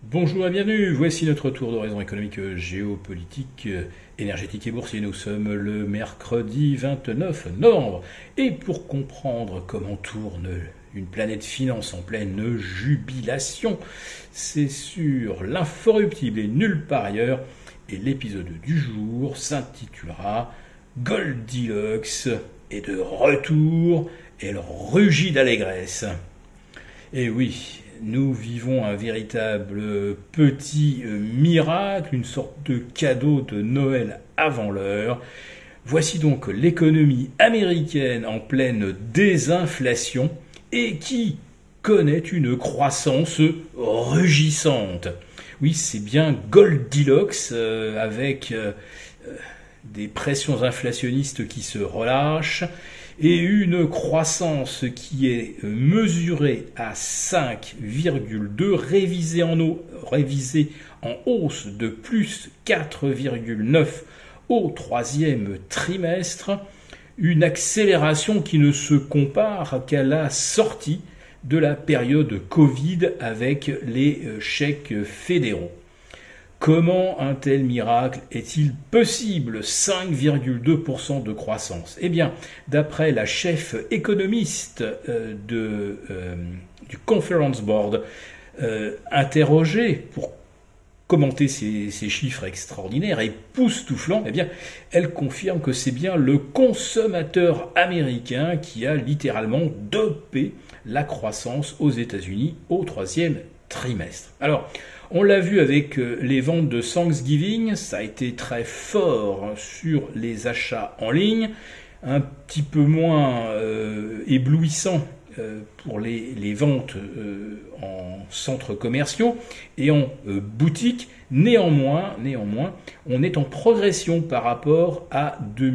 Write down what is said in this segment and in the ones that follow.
Bonjour et bienvenue, voici notre tour d'horizon économique, géopolitique, énergétique et boursier. Nous sommes le mercredi 29 novembre. Et pour comprendre comment tourne une planète finance en pleine jubilation, c'est sur l'inforruptible et nulle part ailleurs. Et l'épisode du jour s'intitulera Goldilocks est de retour et elle rugit d'allégresse. Et oui, nous vivons un véritable petit miracle, une sorte de cadeau de Noël avant l'heure. Voici donc l'économie américaine en pleine désinflation et qui connaît une croissance rugissante. Oui, c'est bien Goldilocks avec des pressions inflationnistes qui se relâchent et une croissance qui est mesurée à 5,2, révisée en hausse de plus 4,9 au troisième trimestre, une accélération qui ne se compare qu'à la sortie de la période Covid avec les chèques fédéraux. Comment un tel miracle est-il possible? 5,2% de croissance. Eh bien, d'après la chef économiste du Conference Board, interrogée pour commenter ces chiffres extraordinaires et époustouflants, eh bien, elle confirme que c'est bien le consommateur américain qui a littéralement dopé la croissance aux États-Unis au troisième trimestre. Alors, on l'a vu avec les ventes de Thanksgiving, ça a été très fort sur les achats en ligne, un petit peu moins éblouissant pour les ventes en centres commerciaux et en boutique. Néanmoins, on est en progression par rapport à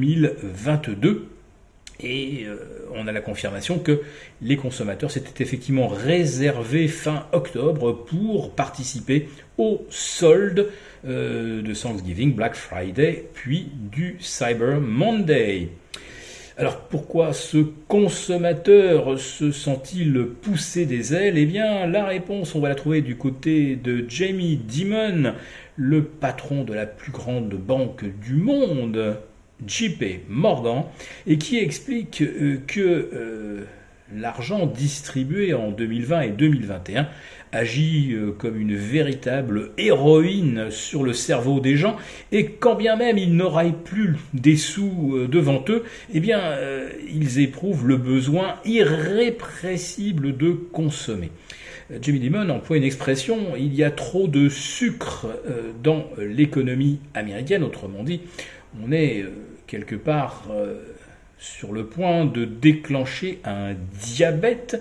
2022. Et on a la confirmation que les consommateurs s'étaient effectivement réservés fin octobre pour participer aux soldes de Thanksgiving, Black Friday, puis du Cyber Monday. Alors pourquoi ce consommateur se sent-il pousser des ailes? Eh bien la réponse, on va la trouver du côté de Jamie Dimon, le patron de la plus grande banque du monde, JP Morgan, et qui explique que l'argent distribué en 2020 et 2021 agit comme une véritable héroïne sur le cerveau des gens, et quand bien même ils n'auraient plus des sous devant eux, eh bien ils éprouvent le besoin irrépressible de consommer. Jamie Dimon emploie une expression: il y a trop de sucre dans l'économie américaine. Autrement dit, on est quelque part sur le point de déclencher un diabète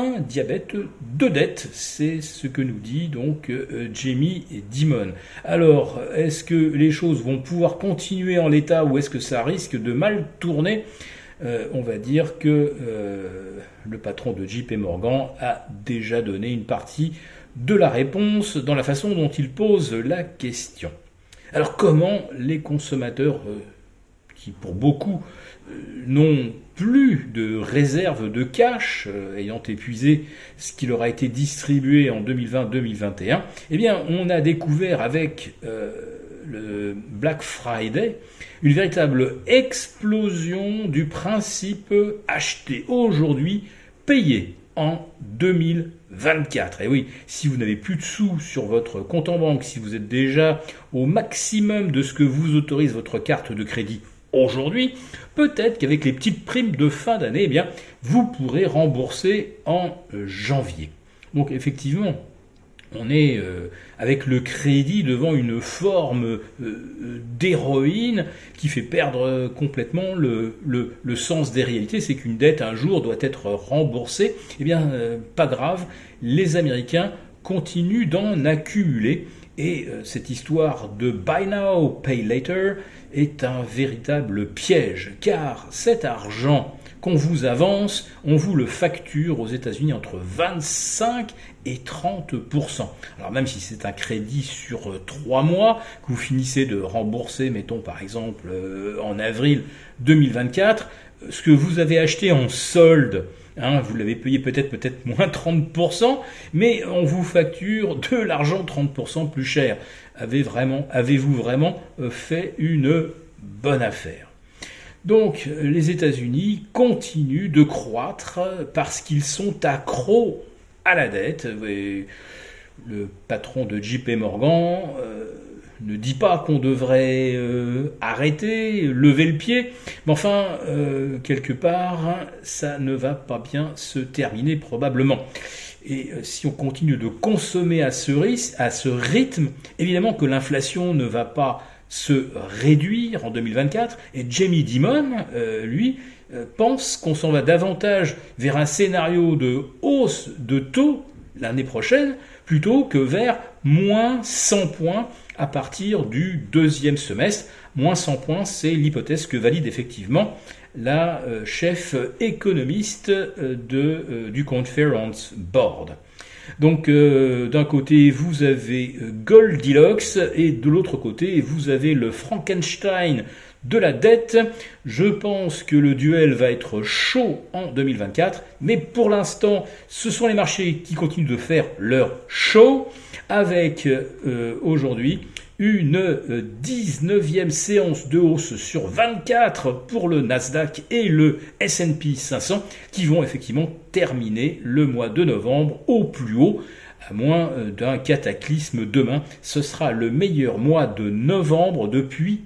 de dette. C'est ce que nous dit donc Jamie Dimon. Alors, est-ce que les choses vont pouvoir continuer en l'état ou est-ce que ça risque de mal tourner? On va dire que le patron de JP Morgan a déjà donné une partie de la réponse dans la façon dont il pose la question. Alors comment les consommateurs, qui pour beaucoup n'ont plus de réserve de cash, ayant épuisé ce qui leur a été distribué en 2020-2021, eh bien on a découvert avec le Black Friday une véritable explosion du principe acheter aujourd'hui, payer en 2024. Et oui, si vous n'avez plus de sous sur votre compte en banque, si vous êtes déjà au maximum de ce que vous autorise votre carte de crédit aujourd'hui, peut-être qu'avec les petites primes de fin d'année, eh bien, vous pourrez rembourser en janvier. Donc effectivement, on est avec le crédit devant une forme d'héroïne qui fait perdre complètement le sens des réalités. C'est qu'une dette un jour doit être remboursée. Eh bien, pas grave, les Américains continuent d'en accumuler. Et cette histoire de buy now, pay later est un véritable piège, car cet argent qu'on vous avance, on vous le facture aux États-Unis entre 25 et 30%. Alors même si c'est un crédit sur 3 mois, que vous finissez de rembourser, mettons par exemple en avril 2024, ce que vous avez acheté en solde Vous l'avez payé peut-être moins 30%, mais on vous facture de l'argent 30% plus cher. Avez-vous vraiment fait une bonne affaire? Donc les États-Unis continuent de croître parce qu'ils sont accros à la dette. Le patron de JP Morgan ne dit pas qu'on devrait arrêter, lever le pied, mais enfin, quelque part, ça ne va pas bien se terminer probablement. Et si on continue de consommer à ce rythme, évidemment que l'inflation ne va pas se réduire en 2024, et Jamie Dimon, lui, pense qu'on s'en va davantage vers un scénario de hausse de taux l'année prochaine, plutôt que vers moins 100 points à partir du deuxième semestre. Moins 100 points, c'est l'hypothèse que valide effectivement la chef économiste du Conference Board. Donc d'un côté vous avez Goldilocks et de l'autre côté vous avez le Frankenstein de la dette. Je pense que le duel va être chaud en 2024, mais pour l'instant ce sont les marchés qui continuent de faire leur show avec aujourd'hui une 19e séance de hausse sur 24 pour le Nasdaq et le S&P 500 qui vont effectivement terminer le mois de novembre au plus haut, à moins d'un cataclysme demain. Ce sera le meilleur mois de novembre depuis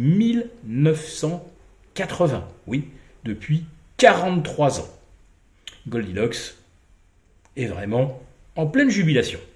1980. Oui, depuis 43 ans. Goldilocks est vraiment en pleine jubilation.